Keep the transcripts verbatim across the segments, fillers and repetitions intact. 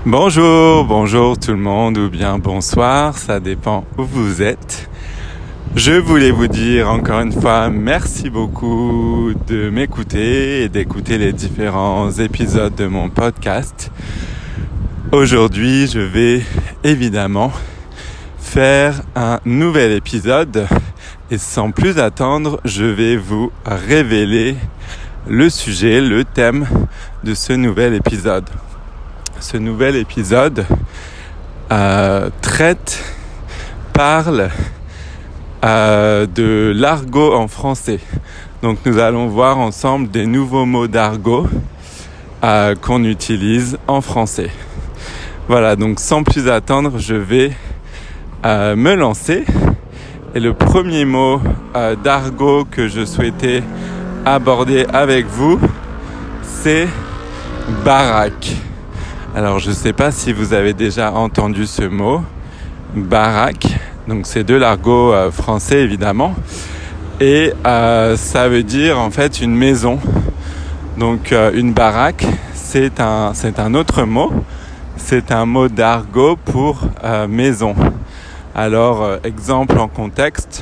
Bonjour, bonjour tout le monde ou bien bonsoir, ça dépend où vous êtes. Je voulais vous dire encore une fois merci beaucoup de m'écouter et d'écouter les différents épisodes de mon podcast. Aujourd'hui, je vais évidemment faire un nouvel épisode et sans plus attendre, je vais vous révéler le sujet, le thème de ce nouvel épisode. Ce nouvel épisode euh, traite, parle euh, de l'argot en français. Donc nous allons voir ensemble des nouveaux mots d'argot euh, qu'on utilise en français. Voilà, donc sans plus attendre, je vais euh, me lancer. Et le premier mot euh, d'argot que je souhaitais aborder avec vous, c'est baraque. Alors je ne sais pas si vous avez déjà entendu ce mot, baraque. Donc c'est de l'argot euh, français évidemment. Et euh, ça veut dire en fait une maison. Donc euh, une baraque, c'est un, c'est un autre mot. C'est un mot d'argot pour euh, maison. Alors euh, exemple en contexte.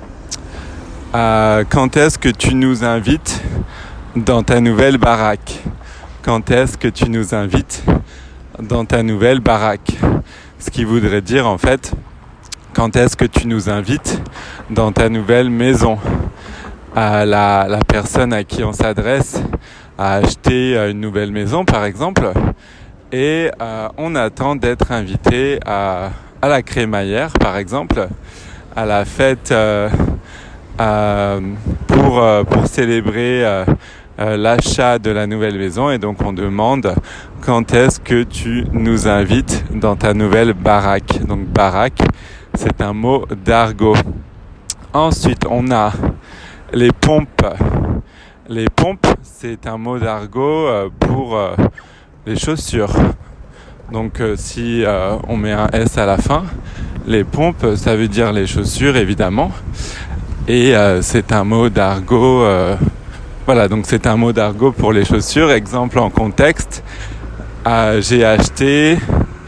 Euh, quand est-ce que tu nous invites dans ta nouvelle baraque ? Quand est-ce que tu nous invites dans ta nouvelle baraque ? Ce qui voudrait dire en fait, quand est-ce que tu nous invites dans ta nouvelle maison ? À la, la personne à qui on s'adresse a acheté une nouvelle maison par exemple, et euh, on attend d'être invité à, à la crémaillère par exemple, à la fête euh, euh, pour, euh, pour célébrer euh, Euh, l'achat de la nouvelle maison, et donc on demande quand est-ce que tu nous invites dans ta nouvelle baraque. Donc baraque, c'est un mot d'argot. Ensuite, on a les pompes. Les pompes, c'est un mot d'argot euh, pour euh, les chaussures. Donc euh, si euh, on met un S à la fin, les pompes, ça veut dire les chaussures évidemment. Et euh, c'est un mot d'argot euh, Voilà, donc c'est un mot d'argot pour les chaussures. Exemple en contexte, euh, j'ai acheté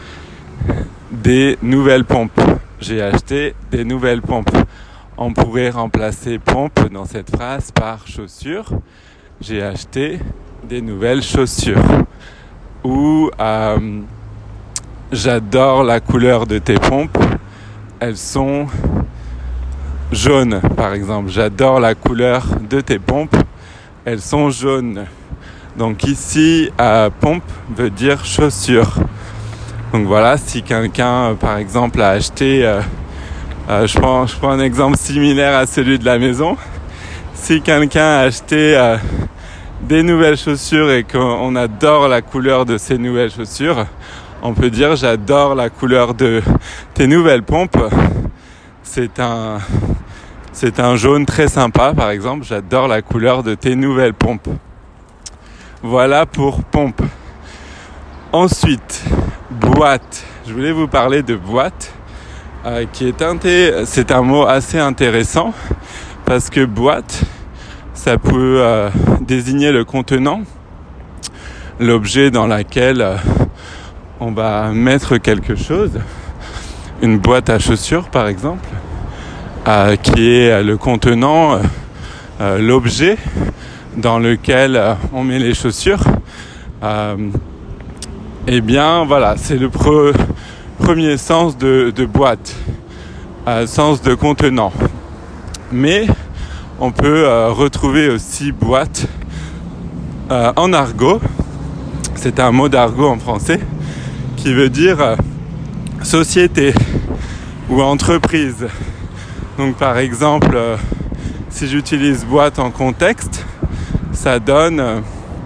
des nouvelles pompes. J'ai acheté des nouvelles pompes. On pourrait remplacer pompe dans cette phrase par chaussures. J'ai acheté des nouvelles chaussures. Ou euh, j'adore la couleur de tes pompes. Elles sont jaunes, par exemple. J'adore la couleur de tes pompes. Elles sont jaunes. Donc ici, euh, pompe veut dire chaussure. Donc voilà, si quelqu'un, par exemple, a acheté, euh, euh, je prends, je prends un exemple similaire à celui de la maison. Si quelqu'un a acheté euh, des nouvelles chaussures et qu'on adore la couleur de ces nouvelles chaussures, on peut dire j'adore la couleur de tes nouvelles pompes. C'est un... C'est un jaune très sympa, par exemple. J'adore la couleur de tes nouvelles pompes. Voilà pour pompe. Ensuite, boîte. Je voulais vous parler de boîte, euh, qui est un t- c'est un mot assez intéressant parce que boîte, ça peut euh, désigner le contenant, l'objet dans lequel euh, on va mettre quelque chose. Une boîte à chaussures, par exemple. Euh, qui est le contenant, euh, euh, l'objet dans lequel euh, on met les chaussures. Euh, eh bien, voilà, c'est le pre- premier sens de, de boîte, euh, sens de contenant. Mais on peut euh, retrouver aussi boîte euh, en argot. C'est un mot d'argot en français qui veut dire euh, société ou entreprise. Donc par exemple, euh, si j'utilise boîte en contexte, ça donne euh,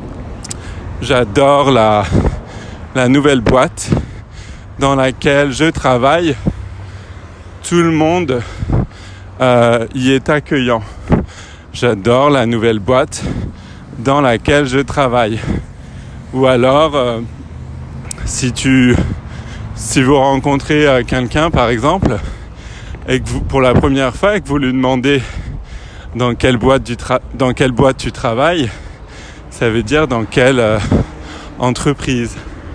j'adore la, la nouvelle boîte dans laquelle je travaille. Tout le monde euh, y est accueillant. J'adore la nouvelle boîte dans laquelle je travaille. Ou alors, euh, si tu si vous rencontrez euh, quelqu'un par exemple, et que vous, pour la première fois, et que vous lui demandez dans quelle boîte tu, tra- dans quelle boîte tu travailles, ça veut dire dans quelle euh, entreprise.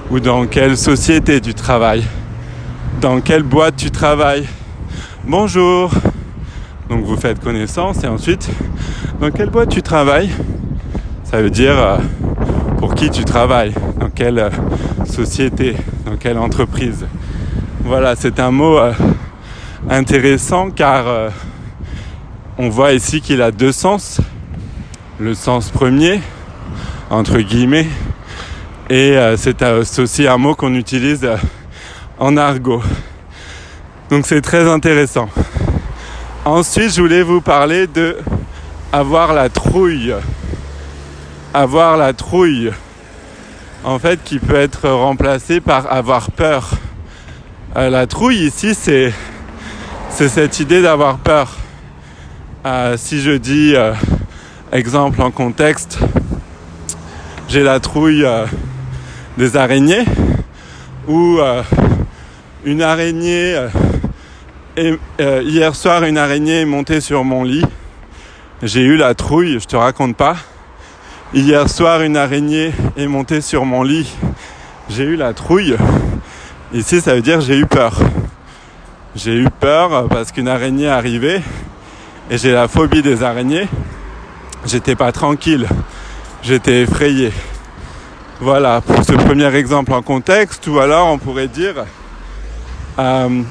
ou dans quelle société tu travailles, dans quelle boîte tu travailles. Bonjour. Donc vous faites connaissance et ensuite, dans quelle boîte tu travailles? Ça veut dire euh, pour qui tu travailles, dans quelle euh, société, dans quelle entreprise. Voilà, c'est un mot euh, intéressant car euh, on voit ici qu'il a deux sens. Le sens premier, entre guillemets, et euh, c'est, euh, c'est aussi un mot qu'on utilise euh, en argot. Donc c'est très intéressant. Ensuite, je voulais vous parler de avoir la trouille. Avoir la trouille, en fait, qui peut être remplacée par avoir peur. Euh, la trouille ici, c'est, c'est cette idée d'avoir peur. Euh, si je dis, euh, exemple en contexte, j'ai la trouille euh, des araignées, ou euh, une araignée, euh, et, euh, hier soir, une araignée est montée sur mon lit. J'ai eu la trouille, je te raconte pas. Hier soir, une araignée est montée sur mon lit. J'ai eu la trouille. Ici, ça veut dire j'ai eu peur. J'ai eu peur parce qu'une araignée est arrivée et j'ai la phobie des araignées. J'étais pas tranquille. J'étais effrayé. Voilà, pour ce premier exemple en contexte. Ou alors, on pourrait dire euh,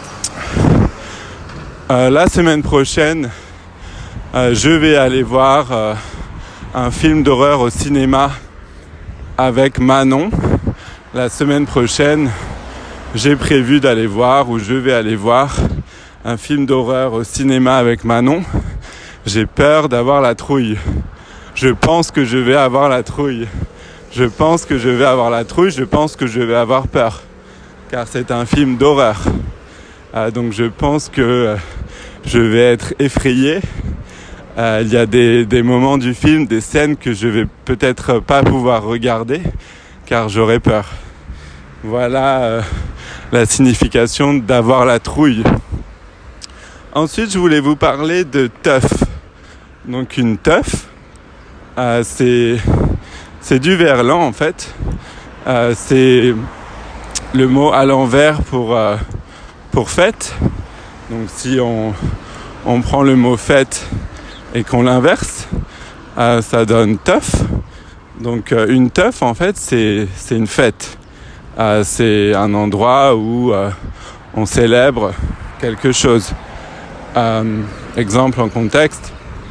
euh, la semaine prochaine, euh, je vais aller voir... Euh, un film d'horreur au cinéma avec Manon. La semaine prochaine, j'ai prévu d'aller voir, ou je vais aller voir, un film d'horreur au cinéma avec Manon. J'ai peur d'avoir la trouille. Je pense que je vais avoir la trouille. Je pense que je vais avoir la trouille, je pense que je vais avoir peur. Car c'est un film d'horreur. Euh, donc je pense que euh, je vais être effrayé. Euh, il y a des, des moments du film, des scènes que je vais peut-être pas pouvoir regarder car j'aurai peur. Voilà euh, la signification d'avoir la trouille. Ensuite, je voulais vous parler de teuf. Donc une teuf, euh, c'est, c'est du verlan en fait. Euh, c'est le mot à l'envers pour, euh, pour fête. Donc si on, on prend le mot fête et qu'on l'inverse, euh, ça donne teuf. Donc euh, une teuf, en fait, c'est, c'est une fête. Euh, c'est un endroit où euh, on célèbre quelque chose. Euh, exemple en contexte.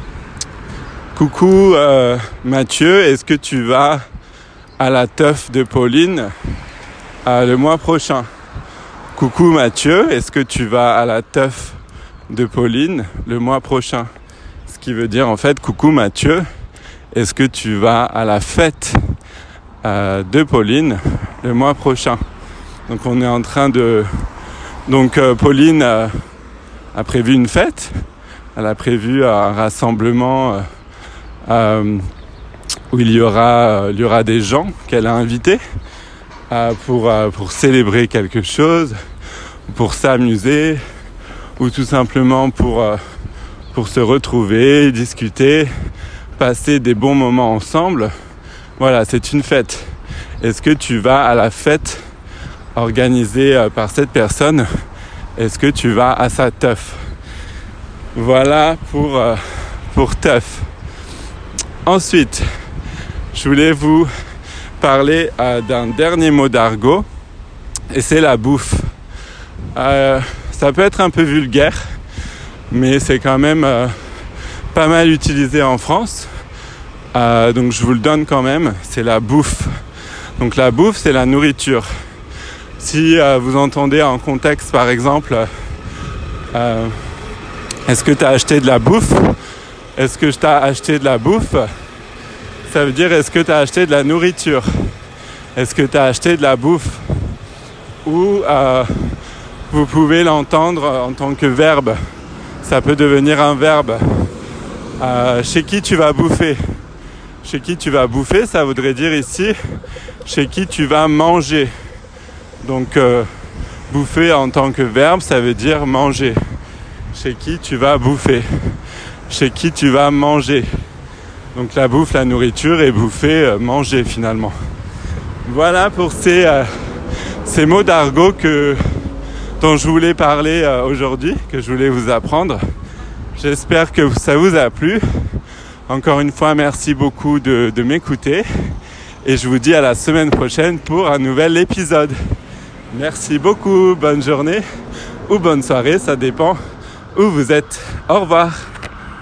Coucou euh, Mathieu, est-ce que tu vas à la teuf de Pauline euh, le mois prochain? Coucou Mathieu, est-ce que tu vas à la teuf de Pauline le mois prochain? Qui veut dire en fait coucou Mathieu, est-ce que tu vas à la fête euh, de Pauline le mois prochain? Donc on est en train de donc euh, Pauline euh, a prévu une fête, elle a prévu un rassemblement euh, euh, où il y aura euh, il y aura des gens qu'elle a invités euh, pour euh, pour célébrer quelque chose, pour s'amuser ou tout simplement pour euh, pour se retrouver, discuter, passer des bons moments ensemble. Voilà, c'est une fête. Est-ce que tu vas à la fête organisée par cette personne? Est-ce que tu vas à sa teuf? Voilà pour, euh, pour teuf. Ensuite, je voulais vous parler euh, d'un dernier mot d'argot, et c'est la bouffe. Euh, ça peut être un peu vulgaire, mais c'est quand même euh, pas mal utilisé en France. Euh, donc je vous le donne quand même, c'est la bouffe. Donc la bouffe, c'est la nourriture. Si euh, vous entendez en contexte, par exemple, euh, est-ce que tu as acheté de la bouffe? Est-ce que je t'ai acheté de la bouffe? Ça veut dire est-ce que tu as acheté de la nourriture? Est-ce que tu as acheté de la bouffe? Ou euh, vous pouvez l'entendre en tant que verbe. Ça peut devenir un verbe. Euh, chez qui tu vas bouffer? Chez qui tu vas bouffer, ça voudrait dire ici chez qui tu vas manger. Donc euh, bouffer en tant que verbe, ça veut dire manger. Chez qui tu vas bouffer? Chez qui tu vas manger? Donc la bouffe, la nourriture, et bouffer, euh, manger finalement. Voilà pour ces, euh, ces mots d'argot que, dont je voulais parler euh, aujourd'hui, que je voulais vous apprendre. J'espère que ça vous a plu. Encore une fois, merci beaucoup de, de m'écouter. Et je vous dis à la semaine prochaine pour un nouvel épisode. Merci beaucoup, bonne journée ou bonne soirée, ça dépend où vous êtes. Au revoir.